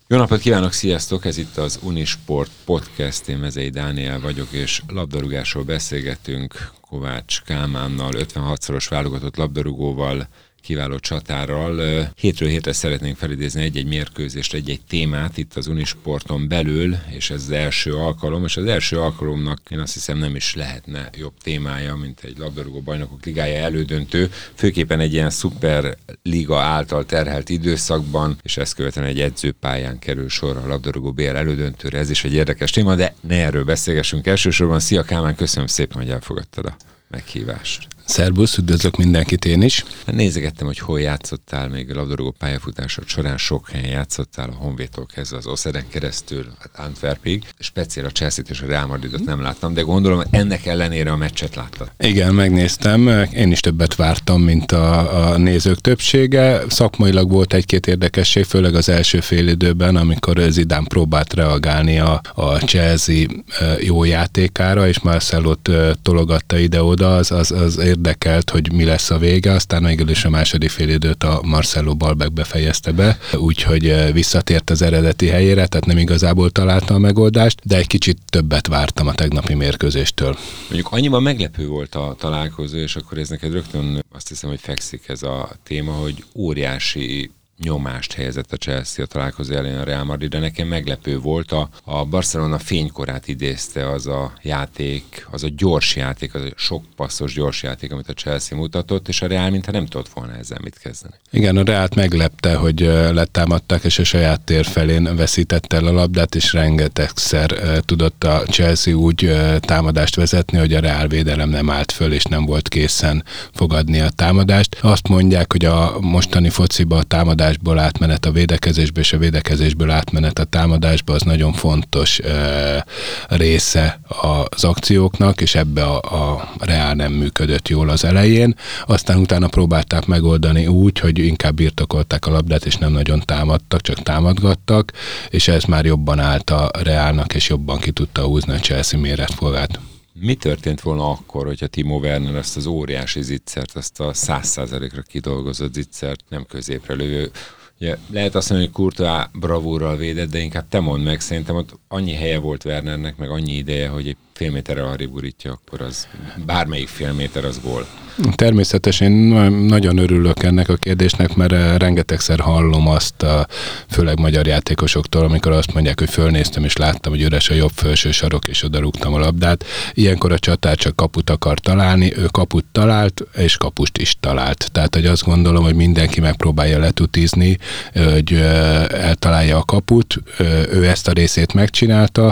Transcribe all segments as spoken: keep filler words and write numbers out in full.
Jó napot kívánok, sziasztok! Ez itt az Unisport Podcast, én Mezei Dániel vagyok, és labdarúgásról beszélgetünk Kovács Kálmánnal, ötvenhatszoros válogatott labdarúgóval, kiváló csatárral. Hétről hétre szeretnénk felidézni egy-egy mérkőzést, egy-egy témát itt az Unisporton belül, és ez az első alkalom, és az első alkalomnak én azt hiszem nem is lehetne jobb témája, mint egy labdarúgó bajnokok ligája elődöntő, főképpen egy ilyen szuperliga által terhelt időszakban, és ezt követően egy edzőpályán kerül sor a labdarúgó bé el elődöntőre. Ez is egy érdekes téma, de ne erről beszélgessünk elsősorban. Szia Kálmán, köszönöm szépen, hogy elfogadtad a meghívást. Szerbusz, üdvözlök mindenkit én is. Nézegettem, hogy hol játszottál még a labdarúgó pályafutásod során, sok helyen játszottál, a Honvédtól kezdve az Oszeden keresztül, hát Antwerpig, speciál a Chelsea-t és a Real Madridot nem láttam, de gondolom ennek ellenére a meccset láttad. Igen, megnéztem, én is többet vártam, mint a, a nézők többsége. Szakmailag volt egy-két érdekesség, főleg az első fél időben, amikor Zidane próbált reagálni a, a Chelsea jó játékára, és Marcelot tologatta ide-oda, az, az, az érdekelt, hogy mi lesz a vége, aztán végül is a második félidőt a Marcelo Balbec befejezte be, úgyhogy visszatért az eredeti helyére, tehát nem igazából találta a megoldást, de egy kicsit többet vártam a tegnapi mérkőzéstől. Mondjuk annyiban meglepő volt a találkozó, és akkor ez neked rögtön azt hiszem, hogy fekszik ez a téma, hogy óriási nyomást helyezett a Chelsea a találkozó elején a Real Madrid, de nekem meglepő volt, a, a Barcelona fénykorát idézte az a játék, az a gyors játék, az a sok passzos gyors játék, amit a Chelsea mutatott, és a Real mintha nem tudott volna ezzel mit kezdeni. Igen, a Reált meglepte, hogy letámadták, és a saját tér felén veszítette el a labdát, és rengetegszer tudott a Chelsea úgy támadást vezetni, hogy a Real védelem nem állt föl, és nem volt készen fogadni a támadást. Azt mondják, hogy a mostani fociba a támadás átmenet a védekezésbe, és a védekezésből átmenet a támadásba, az nagyon fontos e, része az akcióknak, és ebbe a, a Real nem működött jól az elején. Aztán utána próbálták megoldani úgy, hogy inkább birtokolták a labdát, és nem nagyon támadtak, csak támadgattak, és ez már jobban állt a Realnak, és jobban ki tudta húzni a Chelsea méretfogát. Mi történt volna akkor, hogyha Timo Werner azt az óriási zicsert, azt a száz százalékra kidolgozott zicsert nem középre lövő? Ugye, lehet azt mondani, hogy Courtois bravúrral védett, de inkább te mondd meg, szerintem ott annyi helye volt Wernernek, meg annyi ideje, hogy egy fél méterrel arrébb gurítja, akkor az bármelyik fél méter az gól. Természetesen nagyon örülök ennek a kérdésnek, mert rengetegszer hallom azt, a, főleg magyar játékosoktól, amikor azt mondják, hogy fölnéztem és láttam, hogy üres a jobb felső sarok, és oda rúgtam a labdát. Ilyenkor a csatár csak kaput akar találni, ő kaput talált, és kapust is talált. Tehát, hogy azt gondolom, hogy mindenki megpróbálja letutizni, hogy eltalálja a kaput, ő ezt a részét megcsinálta.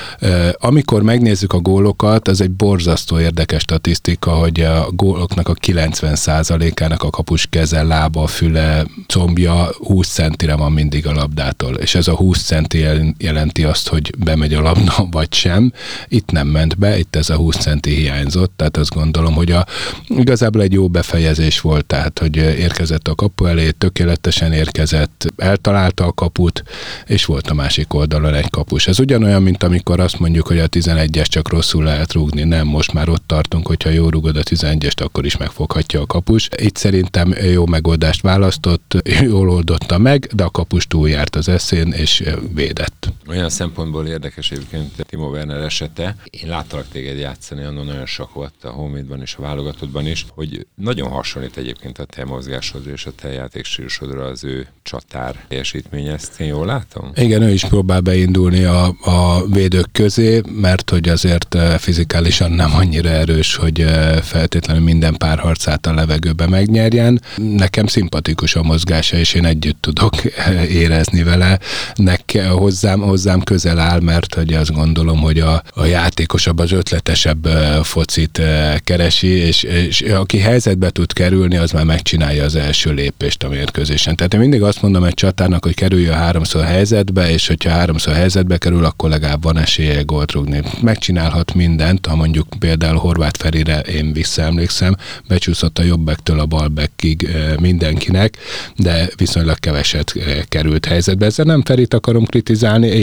Amikor megnézzük a gólokat, az egy borzasztó érdekes statisztika, hogy a góloknak a kilencven százalékának a kapus keze, lába, füle, combja húsz centire van mindig a labdától, és ez a húsz centi jelenti azt, hogy bemegy a labda, vagy sem. Itt nem ment be, itt ez a húsz centi hiányzott, tehát azt gondolom, hogy a, igazából egy jó befejezés volt, tehát, hogy érkezett a kapu elé, tökéletesen érkezett, eltalálta a kaput, és volt a másik oldalon egy kapus. Ez ugyanolyan, mint amikor azt mondjuk, hogy a tizenegyes csak rosszul lehet rúgni. Nem, most már ott tartunk, hogyha jól rúgod a tizenegyest, akkor is megfoghatja a kapus. Itt szerintem jó megoldást választott, jól oldotta meg, de a kapus túljárt az eszén, és védett. Olyan szempontból érdekes egyébként Timo Werner esete. Én láttalak téged játszani, annól nagyon sok volt a Honvédban és a válogatottban is, hogy nagyon hasonlít egyébként a te mozgásodra és a te játékstílusodra az ő csatár teljesítménye. Ezt én jól látom? Igen, ő is próbál beindulni a, a védők közé, mert hogy azért fizikálisan nem annyira erős, hogy feltétlenül minden párharcát a levegőbe megnyerjen. Nekem szimpatikus a mozgása, és én együtt tudok érezni vele. Nekem hozzám, hozzám közel áll, mert hogy azt gondolom, hogy a, a játékosabb, az ötletesebb focit keresi, és, és aki helyzetbe tud kerülni, az már megcsinálja az első lépést a mérkőzésen. Tehát én mindig azt mondom egy csatárnak, hogy kerüljön háromszor helyzetbe, és hogyha háromszor helyzetbe kerül, akkor legalább van esélye gólt rúgni. Megcsinálhat mindent, ha mondjuk például Horváth Ferire én visszaemlékszem, becsúszott a jobbbektől a balbekkig mindenkinek, de viszonylag keveset került helyzetbe. Ezzel nem Ferit akarom kritizálni,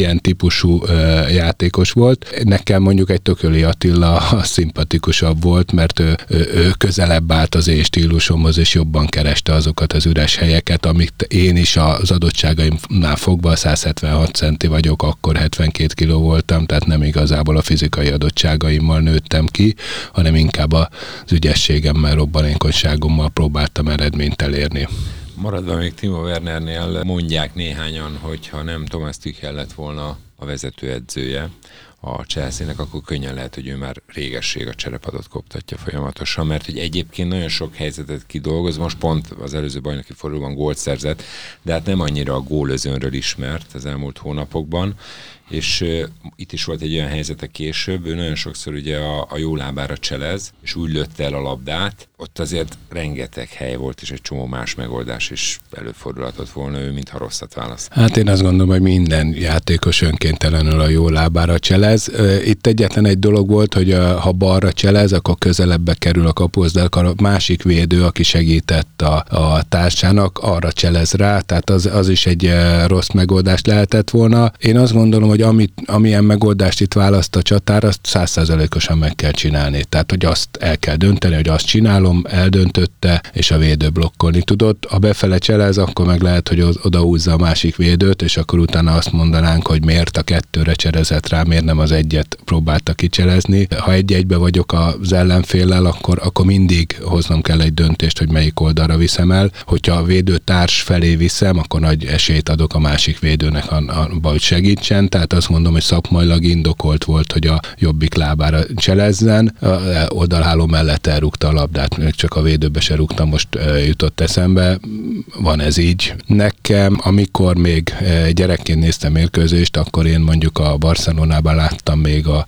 ilyen típusú uh, játékos volt. Nekem mondjuk egy Tököli Attila szimpatikusabb volt, mert ő, ő, ő közelebb állt az én stílusomhoz, és jobban kereste azokat az üres helyeket, amit én is az adottságaimnál fogva száz hetvenhat centi vagyok, akkor hetvenkét kiló voltam, tehát nem igazából a fizikai adottságaimmal nőttem ki, hanem inkább az ügyességemmel, robbanékonyságommal próbáltam eredményt elérni. Maradva még Timo Wernernél mondják néhányan, hogy ha nem Thomas Tuchel lett volna a vezetőedzője a Chelsea-nek, akkor könnyen lehet, hogy ő már régesség a cserepadot koptatja folyamatosan, mert hogy egyébként nagyon sok helyzetet kidolgoz, most pont az előző bajnoki fordulóban gólt szerzett, de hát nem annyira a gólözőnről ismert az elmúlt hónapokban, és uh, itt is volt egy olyan helyzete később, ő nagyon sokszor ugye a, a jó lábára cselez, és úgy lőtte el a labdát, ott azért rengeteg hely volt, és egy csomó más megoldás is előfordulhatott volna, ő mintha rosszat választ. Hát én azt gondolom, hogy minden játékos önkéntelenül a jó lábára cselez. Itt egyetlen egy dolog volt, hogy ha balra cselez, akkor közelebbe kerül a kapuhoz, de a másik védő, aki segített a, a társának, arra cselez rá, tehát az, az is egy rossz megoldás lehetett volna. Én azt gondolom, hogy amit, amilyen megoldást itt választ a csatár, azt száz százalékosan meg kell csinálni. Tehát, hogy azt el kell dönteni, hogy azt csinálom, eldöntötte, és a védő blokkolni tudott. Ha befele cselez, akkor meg lehet, hogy odahúzza a másik védőt, és akkor utána azt mondanánk, hogy miért a kettőre cselezett rá, miért nem az egyet próbálta kicselezni. Ha egy-egybe vagyok az ellenféllel, akkor, akkor mindig hoznom kell egy döntést, hogy melyik oldalra viszem el. Hogyha a védőtárs felé viszem, akkor nagy esélyt adok a másik védőnek abba, hogy segítsen. Tehát azt mondom, hogy szakmailag indokolt volt, hogy a jobbik lábára cselezzen. Oldalháló mellett elrúgta a labdát, még csak a védőbe se rúgta, most jutott eszembe. Van ez így. Nekem, amikor még gyerekként néztem mérkőzést, akkor én mondjuk a Barcelonában láttam még a,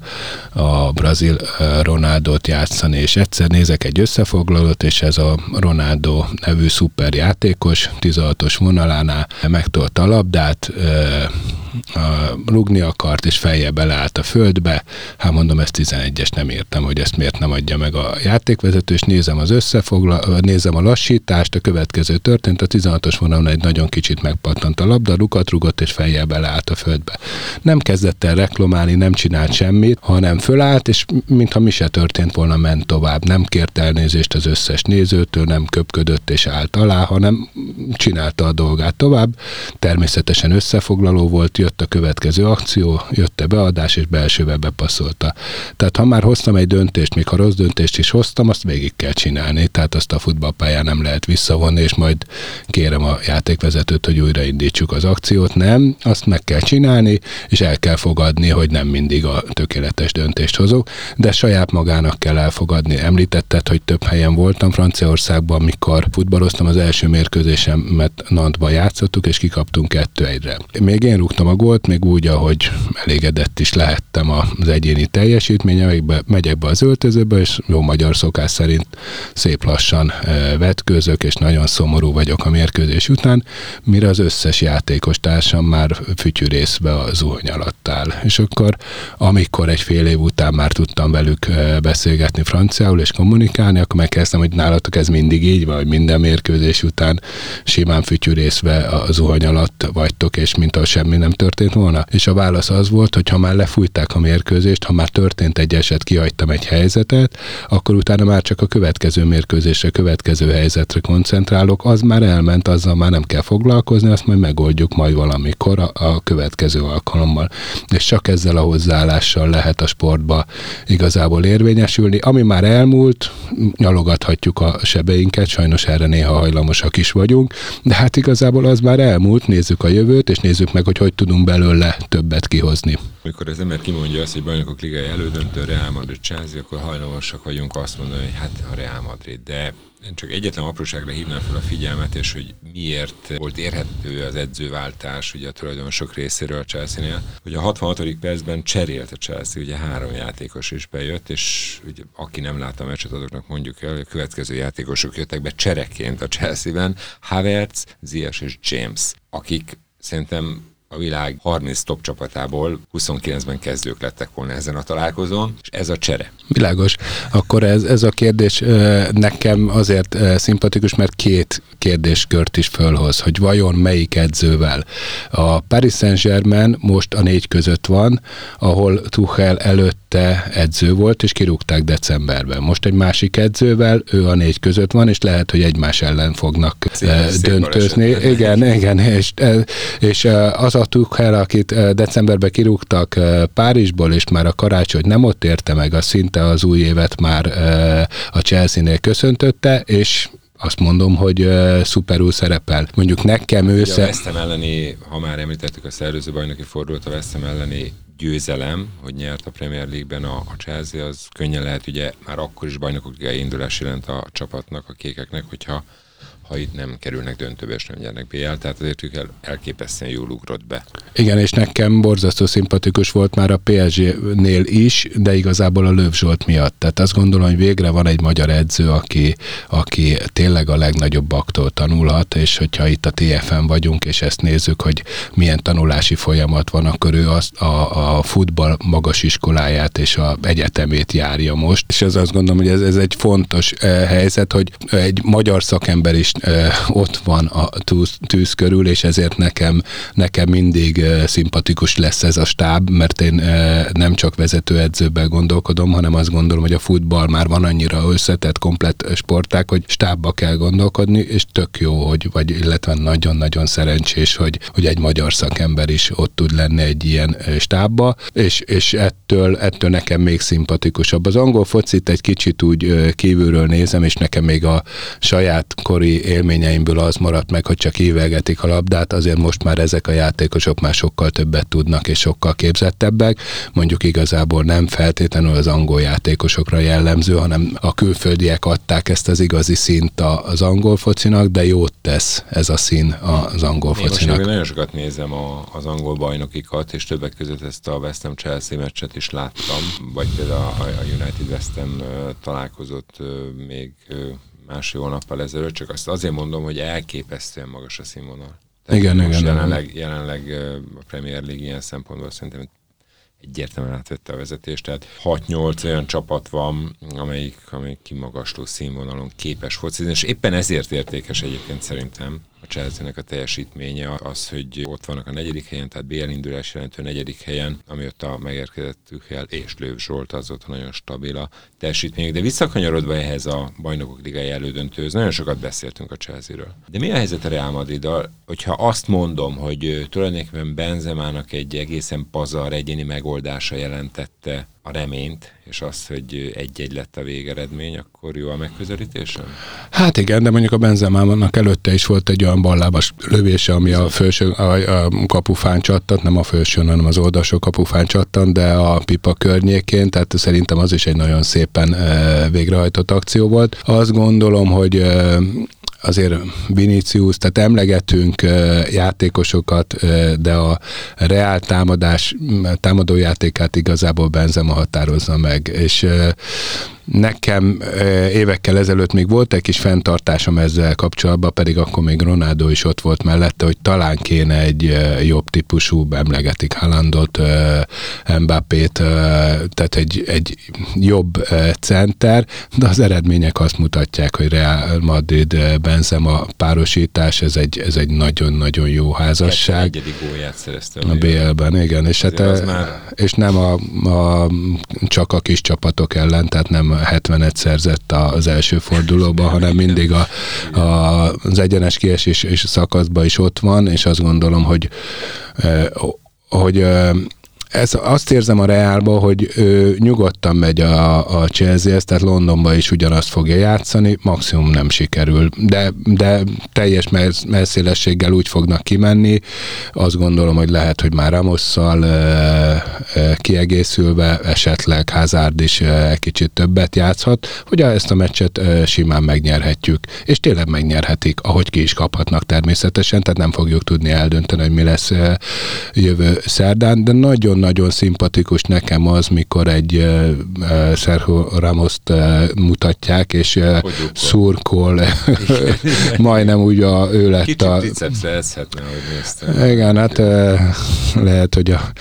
a brazil Ronaldot játszani, és egyszer nézek egy összefoglalót, és ez a Ronaldo nevű szuper játékos tizenhatos vonalánál megtolta a labdát, rúgni akart, és fejjel beleállt a földbe. Hát mondom, ezt tizenegyes nem értem, hogy ezt miért nem adja meg a játékvezető, és nézem az összefoglalót, nézem a lassítást, a következő történt, a tizenhatos vonalon egy nagyon kicsit megpattant a labda, lukat rúgott, és fejjel beleállt a földbe. Nem kezdett el reklamálni, nem csinált semmit, hanem fölállt, és mintha mi se történt volna, ment tovább. Nem kért elnézést az összes nézőtől, nem köpködött és állt alá, hanem csinálta a dolgát tovább. Természetesen összefoglaló volt, jött a következő akció, jött a beadás, és belsőbe bepasszolta. Tehát ha már hoztam egy döntést, még ha rossz döntést is hoztam, azt végig kell csinálni, tehát azt a futballpályán nem lehet visszavonni, és majd kérem a játékvezetőt, hogy újraindítsuk az akciót. Nem, azt meg kell csinálni, és el kell fogadni, hogy nem mindig a tökéletes döntést hozok, de saját magának kell elfogadni. Említetted, hogy több helyen voltam Franciaországban, amikor futballoztam, az első mérkőzésemet Nantba játszottuk, és kikaptunk kettő egyre. Még én rúgtam a gólt, még úgy, ahogy elégedett is lehettem az egyéni teljesítménye, megyek be az öltözőbe, és jó magyar szokás szerint szép lassan vetkőzök, és nagyon szomorú vagyok a mérkőzés után, mire az összes játékos társam már fütyűrészbe a zuhany alatt áll. És akkor, amikor egy fél év után már tudtam velük beszélgetni franciául és kommunikálni, akkor megkezdtem, hogy nálatok ez mindig így van, hogy minden mérkőzés után simán fütyűrészbe a zuhany alatt vagytok, és mint ahogy semmi nem történt volna. És a válasz az volt, hogy ha már lefújták a mérkőzést, ha már történt egy eset, kihagytam egy helyzetet, akkor utána már csak a következő mérkőzésre, következő helyzetre koncentrálok, az már elment, azzal már nem kell foglalkozni, azt majd megoldjuk majd valamikor a, a következő alkalommal. És csak ezzel a hozzáállással lehet a sportba igazából érvényesülni. Ami már elmúlt, nyalogathatjuk a sebeinket, sajnos erre néha hajlamosak is vagyunk, de hát igazából az már elmúlt, nézzük a jövőt, és nézzük meg, hogy hogy tudunk belőle többet kihozni. Amikor az ember kimondja azt, hogy Bajnokok Ligája elődöntő Real Madrid Chelsea, akkor hajlamosak vagyunk azt mondani, hogy hát a Real Madrid, de én csak egyetlen apróságra hívnám fel a figyelmet, és hogy miért volt érhető az edzőváltás ugye a tulajdonosok részéről a Chelsea-nél, hogy a hatvanhatodik percben cserélt a Chelsea, ugye három játékos is bejött, és ugye aki nem látta a meccset, azoknak mondjuk el, hogy a következő játékosok jöttek be csereként a Chelsea-ben, Havertz, Ziyech és James, akik szerintem a világ harminc top csapatából huszonkilencben kezdők lettek volna ezen a találkozón, és ez a csere. Világos. Akkor ez, ez a kérdés nekem azért szimpatikus, mert két kérdéskört is fölhoz, hogy vajon melyik edzővel. A Paris Saint-Germain most a négy között van, ahol Tuchel előtte edző volt, és kirúgták decemberben. Most egy másik edzővel, ő a négy között van, és lehet, hogy egymás ellen fognak szép, döntözni. Szép igen, igen, és, és az a Tuchel, akit decemberben kirúgtak Párizsból, és már a karácsonyt nem ott érte meg, az szinte az új évet már a Chelsea-nél köszöntötte, és azt mondom, hogy uh, szuperul szerepel. Mondjuk nekem ő... Ugye a West Ham elleni, ha már említettük a szervező bajnoki fordulót, a West Ham elleni győzelem, hogy nyert a Premier League-ben a, a Chelsea, az könnyen lehet, ugye már akkor is bajnokok ligája indulás jelent a csapatnak, a kékeknek, hogyha ha itt nem kerülnek döntőbe, és nem nyernek bé el, tehát azért ők el, elképesztően jól ugrott be. Igen, és nekem borzasztó szimpatikus volt már a pé es gé-nél is, de igazából a Löw Zsolt miatt. Tehát azt gondolom, hogy végre van egy magyar edző, aki, aki tényleg a legnagyobbaktól tanulhat, és hogyha itt a té ef en vagyunk, és ezt nézzük, hogy milyen tanulási folyamat van, akkor ő azt, a, a futball magas iskoláját és a egyetemét járja most. És ez azt gondolom, hogy ez, ez egy fontos eh, helyzet, hogy egy magyar szakember is ott van a tűz, tűz körül, és ezért nekem, nekem mindig szimpatikus lesz ez a stáb, mert én nem csak vezetőedzőben gondolkodom, hanem azt gondolom, hogy a futball már van annyira összetett, komplett sportág, hogy stábba kell gondolkodni, és tök jó, hogy, vagy illetve nagyon-nagyon szerencsés, hogy, hogy egy magyar szakember is ott tud lenni egy ilyen stábba, és, és ettől, ettől nekem még szimpatikusabb. Az angol focit egy kicsit úgy kívülről nézem, és nekem még a saját kori élményeimből az maradt meg, hogy csak ívelgetik a labdát, azért most már ezek a játékosok már sokkal többet tudnak, és sokkal képzettebbek. Mondjuk igazából nem feltétlenül az angol játékosokra jellemző, hanem a külföldiek adták ezt az igazi színt az angol focinak, de jót tesz ez a szín az angol Én focinak. Most nagyon sokat nézem a, az angol bajnokikat, és többek között ezt a West Ham Chelsea meccset is láttam, vagy például a, a United West Ham találkozott még másfél hónappal ezelőtt, csak azt azért mondom, hogy elképesztően magas a színvonal. Tehát igen, igen. Jelenleg, jelenleg a Premier League ilyen szempontból szerintem egyértelműen átvette a vezetést, tehát hat-nyolc olyan csapat van, amelyik, amelyik kimagasló színvonalon képes focizni, és éppen ezért értékes egyébként szerintem a Chelsea-nek a teljesítménye az, hogy ott vannak a negyedik helyen, tehát bé el indulás jelentő negyedik helyen, amióta megérkezett Tuchel és Löw Zsolt, az ott nagyon stabil a teljesítményük. De visszakanyarodva ehhez a bajnokok ligája elődöntőhöz, nagyon sokat beszéltünk a Chelsea-ről. De mi a helyzet a Real Madriddal, hogyha azt mondom, hogy tulajdonképpen Benzemának egy egészen pazar egyéni megoldása jelentette a reményt, és az, hogy egy-egy lett a végeredmény, akkor jó a megközelítésem? Hát igen, de mondjuk a Benzemának előtte is volt egy olyan ballábas lövése, ami a felső a, a kapufán csattant, nem a felsőn, hanem az oldalsó kapufán csattant, de a pipa környékén, tehát szerintem az is egy nagyon szépen e, végrehajtott akció volt. Azt gondolom, hogy e, azért Vinicius, tehát emlegetünk uh, játékosokat, uh, de a reál támadás, támadójátékát igazából Benzema határozza meg, és uh, nekem évekkel ezelőtt még volt egy kis fenntartásom ezzel kapcsolatban, pedig akkor még Ronaldo is ott volt mellette, hogy talán kéne egy jobb típusú, emlegetik Haalandot, Mbappét, tehát egy, egy jobb center, de az eredmények azt mutatják, hogy Real Madrid Benzema párosítás, ez egy, ez egy nagyon-nagyon jó házasság. Egyedik gólját szerezte a bé el-ben, igen, és, hát, már... és nem a, a, csak a kis csapatok ellen, tehát nem hetvenet szerzett az első fordulóban, hanem mindig a, a, az egyenes kiesés és szakaszban is ott van, és azt gondolom, hogy, hogy ez, azt érzem a Reálban, hogy ő nyugodtan megy a, a Chelsea-hez, tehát Londonban is ugyanazt fogja játszani, maximum nem sikerül, de, de teljes messzélességgel úgy fognak kimenni, azt gondolom, hogy lehet, hogy már Ramosszal e, e, kiegészülve, esetleg Hazard is e, kicsit többet játszhat, hogy ezt a meccset e, simán megnyerhetjük, és tényleg megnyerhetik, ahogy ki is kaphatnak természetesen, tehát nem fogjuk tudni eldönteni, hogy mi lesz e, jövő szerdán, de nagyon nagyon szimpatikus nekem az, mikor egy uh, uh, Sergio Ramost uh, mutatják, és uh, szurkol, majdnem úgy a, ő lett kicsit a... Kicsit bicepsre eszhetne, ahogy néztem. Igen, hát uh, lehet, hogy a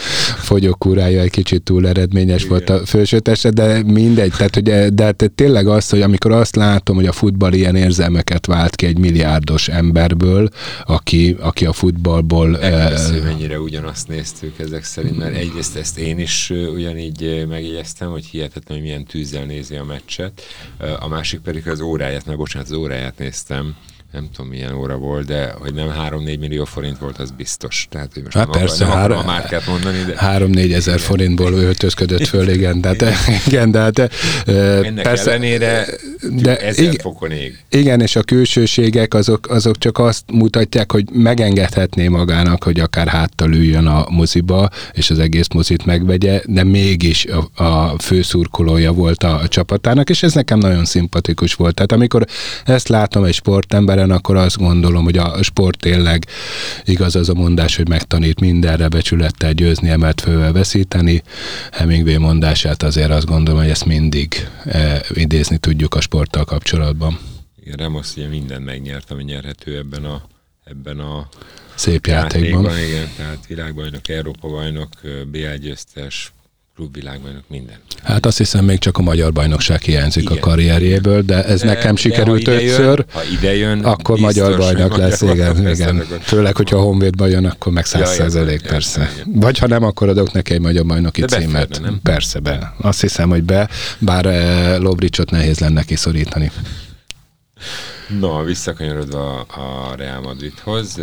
fogyókúrája egy kicsit túl eredményes igen. volt a fősőteste, de mindegy, tehát, hogy, de hát tényleg az, hogy amikor azt látom, hogy a futball ilyen érzelmeket vált ki egy milliárdos emberből, aki, aki a futballból... Megvesző, mennyire ugyanazt néztük ezek szerint, mert egyrészt ezt én is ugyanígy megjegyeztem, hogy hihetetlen, hogy milyen tűzzel nézi a meccset, a másik pedig az óráját, mert bocsánat, az óráját néztem, nem tudom milyen óra volt, de hogy nem három-négy millió forint volt, az biztos. Tehát, hogy most hát nem, persze, akar, nem három, akarom a márkát mondani, de... három-négy ezer forintból öltözködött föl, igen, de, de, igen, de hát... Ennek persze, ellenére de, ezer igen, fokon ég. Igen, és a külsőségek azok, azok csak azt mutatják, hogy megengedhetné magának, hogy akár háttal üljön a moziba, és az egész mozit megvegye, de mégis a, a főszurkolója volt a, a csapatának, és ez nekem nagyon szimpatikus volt. Tehát amikor ezt látom egy sportemberen, akkor azt gondolom, hogy a sport tényleg igaz az a mondás, hogy megtanít mindenre, becsülettel győzni, emelt fővel veszíteni. Hemingway mondását azért azt gondolom, hogy ezt mindig eh, idézni tudjuk a sporttal kapcsolatban. Igen, Ramos ugye mindent megnyert, ami nyerhető ebben a, ebben a szép játékban. játékban. Igen, tehát világbajnok, Európa-bajnok, bé el győztes, klubvilágbajnok, minden. Hát azt hiszem, még csak a magyar bajnokság hiányzik igen, a karrierjéből, de ez de, nekem sikerült de ha ötször, ha idejön, akkor magyar bajnok lesz, igen, igen. Főleg, hogyha a Honvédba jön, akkor meg száz százalék, ja, persze. Igen. Vagy ha nem, akkor adok neki egy magyar bajnoki de címet. Beférne, nem? Persze, be. Azt hiszem, hogy be, bár eh, Lobricsot nehéz lenne kiszorítani. No, visszakanyarodva a Real Madridhoz,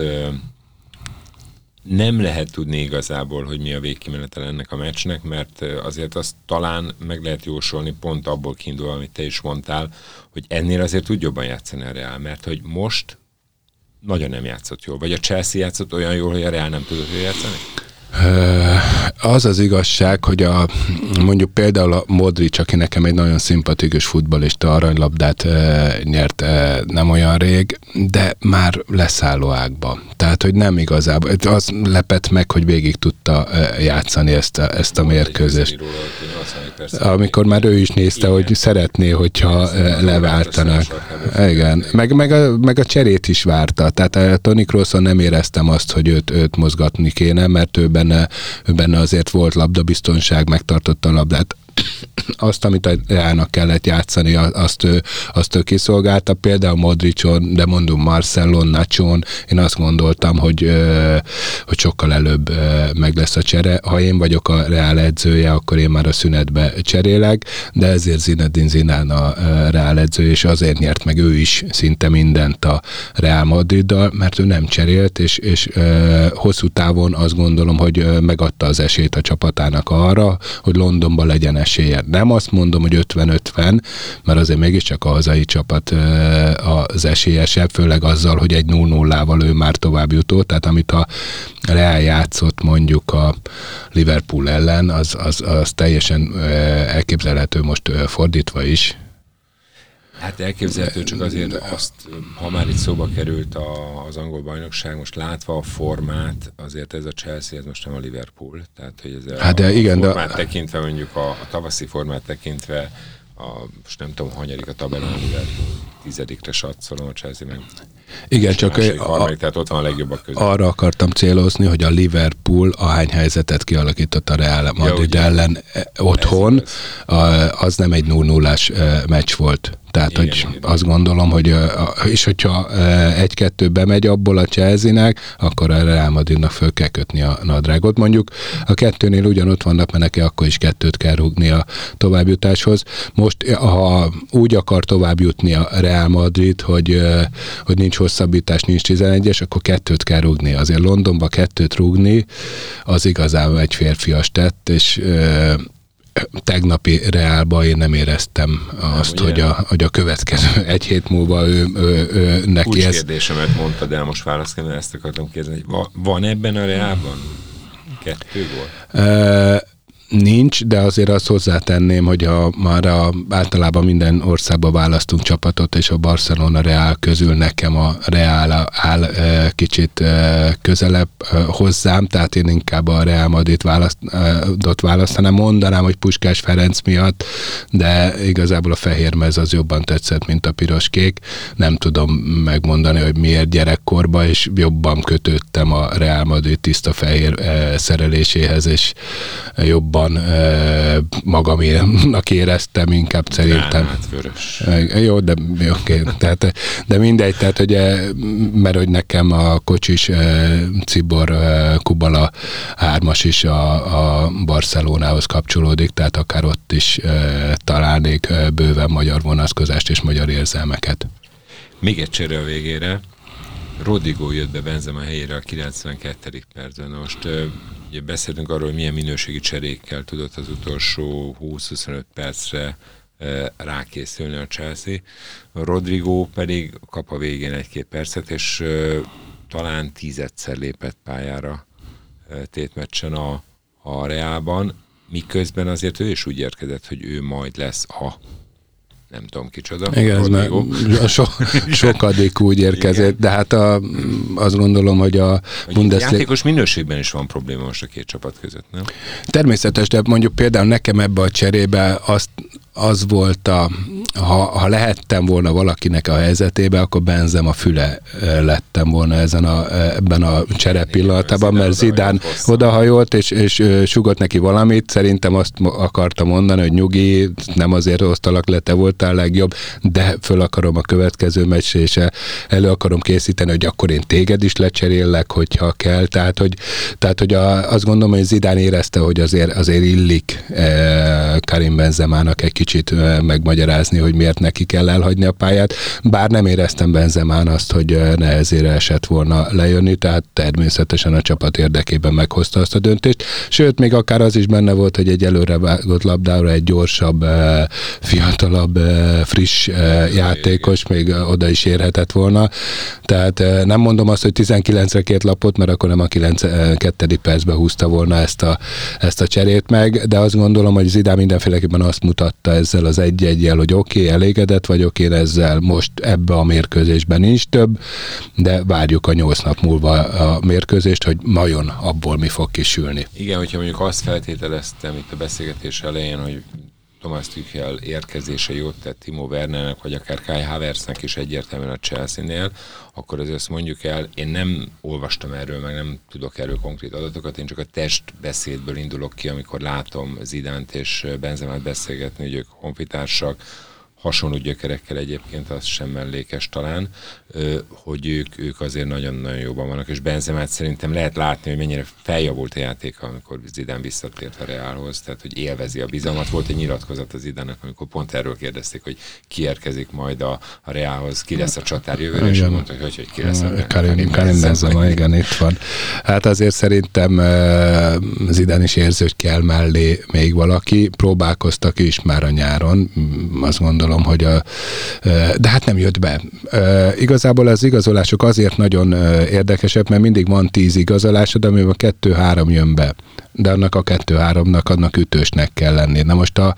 nem lehet tudni igazából, hogy mi a végkimenetel ennek a meccsnek, mert azért azt talán meg lehet jósolni pont abból kiindulva, amit te is mondtál, hogy ennél azért tud jobban játszani a Real, mert hogy most nagyon nem játszott jól. Vagy a Chelsea játszott olyan jól, hogy a Real nem tudott jól játszani? Az az igazság, hogy a, mondjuk például a Modric, aki nekem egy nagyon szimpatikus futballista, aranylabdát e, nyert e, nem olyan rég, de már leszálló ágba. Tehát, hogy nem igazából. Az lepett meg, hogy végig tudta e, játszani ezt a, ezt a mérkőzést. Amikor már ő is nézte, igen, hogy szeretné, hogyha e, leváltanak. Igen. Meg, meg, a, meg a cserét is várta. Tehát a Toni Krosson nem éreztem azt, hogy őt, őt mozgatni kéne, mert ő benne, ő benne azért volt labdabiztonság, megtartotta a labdát. Azt, amit a Reálnak kellett játszani, azt ő, azt ő kiszolgálta. Például Modricon, de mondom Marcelon, Nachon, én azt gondoltam, hogy, hogy sokkal előbb meg lesz a csere. Ha én vagyok a Reál edzője, akkor én már a szünetbe cserélek, de ezért Zinedine Zidane a Reál edző, és azért nyert meg ő is szinte mindent a Real Madriddal, mert ő nem cserélt, és, és hosszú távon azt gondolom, hogy megadta az esélyt a csapatának arra, hogy Londonban legyen esélye. Nem azt mondom, hogy ötven-ötven, mert azért mégiscsak a hazai csapat az esélyesebb, főleg azzal, hogy egy nulla nullával ő már tovább jutó, tehát amit a Real játszott mondjuk a Liverpool ellen, az, az, az teljesen elképzelhető most fordítva is. Hát elképzelhető, csak azért azt, ha már itt szóba került a, az angol bajnokság, most látva a formát, azért ez a Chelsea, ez most nem a Liverpool. Tehát, hogy ez hát a, de igen, a formát de... tekintve, mondjuk a, a tavaszi formát tekintve, a, most nem tudom, hanyadik a tabellán a Liverpool, tizedikre satszolom, a Chelsea meg igen, csak másik, a, harmadik, tehát ott van a legjobbak között. Arra akartam célozni, hogy a Liverpool ahány helyzetet kialakított a Real Madrid ja, ellen otthon, az nem egy nulla nullás meccs volt. Tehát, igen, hogy igen. Azt gondolom, hogy és hogyha egy-kettő bemegy abból a Chelsea-nek, akkor a Real Madridnak föl kell kötni a nadrágot. Mondjuk a kettőnél ugyanott vannak, mert neki akkor is kettőt kell rúgni a továbbjutáshoz. Most, ha úgy akar továbbjutni a Real Madrid, hogy, hogy nincs hosszabbítás, nincs tizenegyes, akkor kettőt kell rúgni. Azért Londonba kettőt rúgni, az igazán egy férfias tett, és tegnapi Reálban én nem éreztem azt, nem, hogy, a, hogy a következő egy hét múlva ő, ő, ő neki Kulcs ez... kérdésemet mondtad el, most válaszként, ezt akartam kérdezni, hogy van ebben a Reálban kettő gól? Uh, nincs, de azért azt hozzátenném, hogy ha már a, általában minden országban választunk csapatot, és a Barcelona Real közül nekem a Real áll e, kicsit e, közelebb e, hozzám, tehát én inkább a Real Madrid választ, e, választanám, mondanám, hogy Puskás Ferenc miatt, de igazából a fehérmez az jobban tetszett, mint a piros-kék. Nem tudom megmondani, hogy miért gyerekkorban, és jobban kötődtem a Real Madrid tiszta fehér e, szereléséhez, és jobban magamnak éreztem, inkább szerintem. Hát vörös. Jó, de oké. Okay. Tehát, de mindegy, tehát ugye, mert hogy nekem a Kocsis, Cibor, Kubala hármas is a, a Barcelonához kapcsolódik, tehát akár ott is találnék bőven magyar vonatkozást és magyar érzelmeket. Még egy csere a végére. Rodrigo jött be Benzema helyére a kilencvenkettedik percben. Most ugye beszéltünk arról, hogy milyen minőségi cserékkel tudott az utolsó húsz-huszonöt percre rákészülni a Chelsea. Rodrigo pedig kap a végén egy-két percet, és talán tízedszer lépett pályára tétmeccsen a, a Realban, miközben azért ő is úgy érkezett, hogy ő majd lesz a nem tudom kicsoda. Igen, ez már so, sokadik úgy érkezett, igen. De hát a, azt gondolom, hogy a Bundesliga... Játékos minőségben is van probléma most a két csapat között, nem? Természetes, de mondjuk például nekem ebbe a cserébe azt, az volt a, ha, ha lehettem volna valakinek a helyzetébe, akkor Benzema füle lettem volna ezen a, ebben a csere pillanatában, mert Zidane odahajolt, és, és sugott neki valamit, szerintem azt akarta mondani, hogy nyugi, nem azért hoztalak le, te voltál legjobb, de föl akarom a következő meccsre, és elő akarom készíteni, hogy akkor én téged is lecserélek, hogyha kell, tehát, hogy, tehát, hogy a, azt gondolom, hogy Zidane érezte, hogy azért, azért illik eh, Karim Benzemának egy kicsit megmagyarázni, hogy miért neki kell elhagyni a pályát, bár nem éreztem Benzemán azt, hogy nehezére esett volna lejönni, tehát természetesen a csapat érdekében meghozta azt a döntést, sőt, még akár az is benne volt, hogy egy előre vágott labdára egy gyorsabb, fiatalabb, friss játékos még oda is érhetett volna, tehát nem mondom azt, hogy tizenkilencre két lapot, mert akkor nem a kilencvenkettő percben húzta volna ezt a, ezt a cserét meg, de azt gondolom, hogy Zidane mindenféleképpen azt mutatta ezzel az egy-egyel, hogy oké, okay, elégedett vagyok én ezzel, most ebbe a mérkőzésben nincs több, de várjuk a nyolc nap múlva a mérkőzést, hogy vajon abból mi fog kisülni. Igen, hogyha mondjuk azt feltételeztem itt a beszélgetés elején, hogy Thomas Tuchel érkezése jót tett Timo Wernernek, vagy akár Kai Havertznek is egyértelműen a Chelsea-nél, akkor azért azt mondjuk el, én nem olvastam erről, meg nem tudok erről konkrét adatokat, én csak a testbeszédből indulok ki, amikor látom Zidant és Benzemát beszélgetni, hogy ők honfitársak, hasonló gyökerekkel egyébként, az sem mellékes talán, hogy ők, ők azért nagyon-nagyon jóban vannak, és Benzemát szerintem lehet látni, hogy mennyire feljavult a játéka, amikor Zidane visszatért a Realhoz, tehát hogy élvezi a bizalmat. Volt egy nyilatkozat az Zidane-nak, amikor pont erről kérdezték, hogy ki érkezik majd a, a Realhoz, ki lesz a csatár jövőre, és mondta, hogy, hogy, hogy ki lesz a Karim, Karim Benzema, igen, itt van. Hát azért szerintem Zidane is érzi, hogy kell mellé még valaki, próbálkoztak is már a nyáron, azt gondolom, hogy a, de hát nem jött be. Igazából az igazolások azért nagyon érdekesek, mert mindig van tíz igazolásod, amiben a kettő-három jön be. De annak a kettő-háromnak annak ütősnek kell lenni. Na most a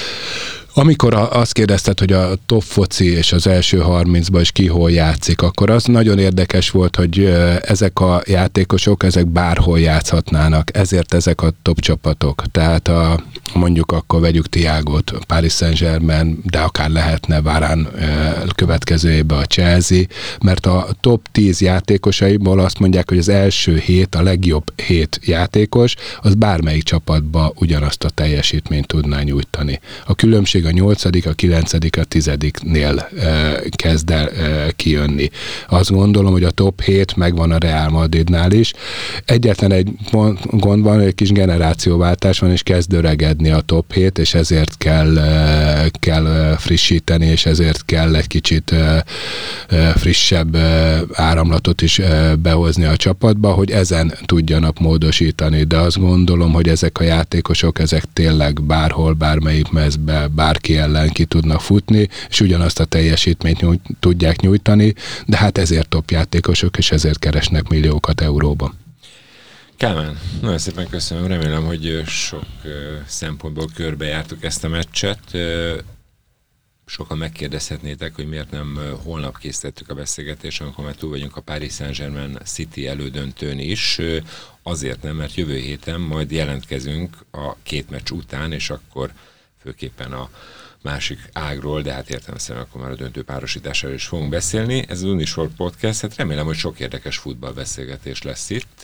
Amikor azt kérdezted, hogy a top foci és az első harmincban is ki hol játszik, akkor az nagyon érdekes volt, hogy ezek a játékosok, ezek bárhol játszhatnának, ezért ezek a top csapatok. Tehát a, mondjuk akkor vegyük Thiagot, Paris Saint-Germain, de akár lehetne Varane következő évben a Chelsea, mert a top tíz játékosaiból azt mondják, hogy az első hét, a legjobb hét játékos, az bármelyik csapatba ugyanazt a teljesítményt tudná nyújtani. A különbség a nyolcadik, a kilencedik, a tizediknél e, kezd el e, kijönni. Azt gondolom, hogy a top hét megvan a Real Madridnál is. Egyetlen egy gond van, hogy egy kis generációváltás van, és kezd öregedni a top hét, és ezért kell, e, kell frissíteni, és ezért kell egy kicsit e, e, frissebb e, áramlatot is e, behozni a csapatba, hogy ezen tudjanak módosítani. De azt gondolom, hogy ezek a játékosok, ezek tényleg bárhol, bármelyik mezbe, bárki ellen ki tudnak futni, és ugyanazt a teljesítményt nyújt, tudják nyújtani, de hát ezért top játékosok, és ezért keresnek milliókat euróban. Kálmán, nagyon szépen köszönöm, remélem, hogy sok szempontból körbejártuk ezt a meccset. Sokan megkérdezhetnétek, hogy miért nem holnap készítettük a beszélgetést, amikor már túl vagyunk a Paris Saint-Germain City elődöntőn is. Azért nem, mert jövő héten majd jelentkezünk a két meccs után, és akkor főképpen a másik ágról, de hát értelemszerűen akkor már a döntő párosításáról is fogunk beszélni. Ez az Unisport Podcast, hát remélem, hogy sok érdekes futballbeszélgetés lesz itt.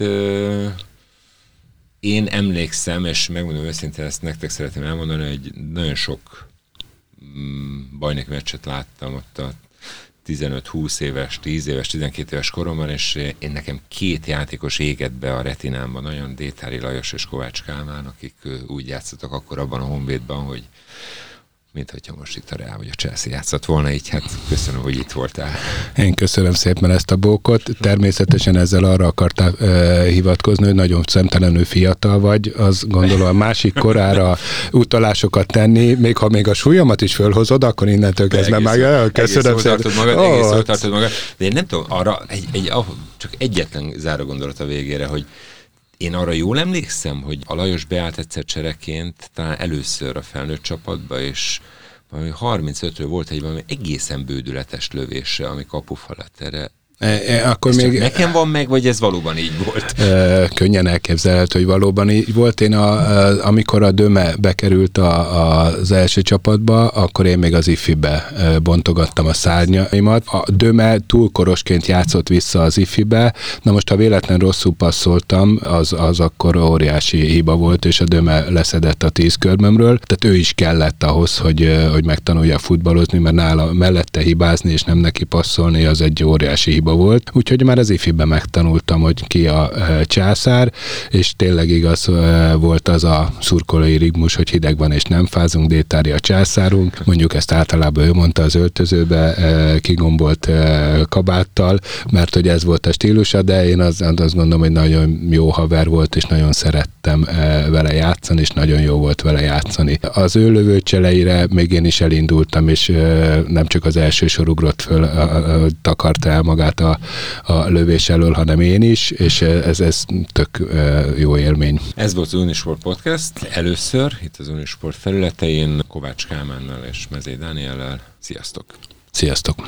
Én emlékszem, és megmondom őszintén, ezt nektek szeretném elmondani, hogy nagyon sok bajnoki meccset láttam ott a tizenöt-húsz éves, tíz éves, tizenkét éves koromban, és én nekem két játékos égett be a retinámban, nagyon Détári Lajos és Kovács Kálmán, akik úgy játszottak akkor abban a Honvédban, hogy mint hogyha most itt a Real vagy a Chelsea játszott volna, így hát köszönöm, hogy itt voltál. Én köszönöm szépen ezt a bókot. Természetesen ezzel arra akartál e, hivatkozni, hogy nagyon szemtelenül fiatal vagy, az gondolom a másik korára utalásokat tenni, még ha még a súlyomat is fölhozod, akkor innentől kezdve meg. Köszönöm szépen. Magad, oh. Egész jól tartod magad, de én nem tudom, arra egy, egy, csak egyetlen záró gondolat a végére, hogy én arra jól emlékszem, hogy a Lajos beállt egyszer csereként, talán először a felnőtt csapatba, és valami harmincötről volt egy valami egészen bődületes lövése, ami kapufalat erre. E, e, akkor még nekem van meg, vagy ez valóban így volt? E, könnyen elképzelhető, hogy valóban így volt. Én a, a, amikor a Döme bekerült a, a, az első csapatba, akkor én még az ifibe bontogattam a szárnyaimat. A Döme túlkorosként játszott vissza az ifibe. Na most, ha véletlen rosszul passzoltam, az, az akkor óriási hiba volt, és a Döme leszedett a tíz körmömről. Tehát ő is kellett ahhoz, hogy, hogy megtanulja futballozni, mert nála mellette hibázni és nem neki passzolni, az egy óriási hiba volt. Úgyhogy már az ifiben megtanultam, hogy ki a e, császár, és tényleg igaz e, volt az a szurkolói rigmus, hogy hideg van és nem fázunk, Détári a császárunk. Mondjuk ezt általában ő mondta az öltözőbe e, kigombolt e, kabáttal, mert hogy ez volt a stílusa, de én az, azt gondolom, hogy nagyon jó haver volt, és nagyon szerettem e, vele játszani, és nagyon jó volt vele játszani. Az ő lövőcseleire még én is elindultam, és e, nem csak az első sor ugrott föl, a, a, takarta el magát a, a lövés elől, hanem én is, és ez, ez tök uh, jó élmény. Ez volt az Unisport Podcast. Először itt az Unisport felületein Kovács Kálmánnal és Mezei Dániellel. Sziasztok! Sziasztok!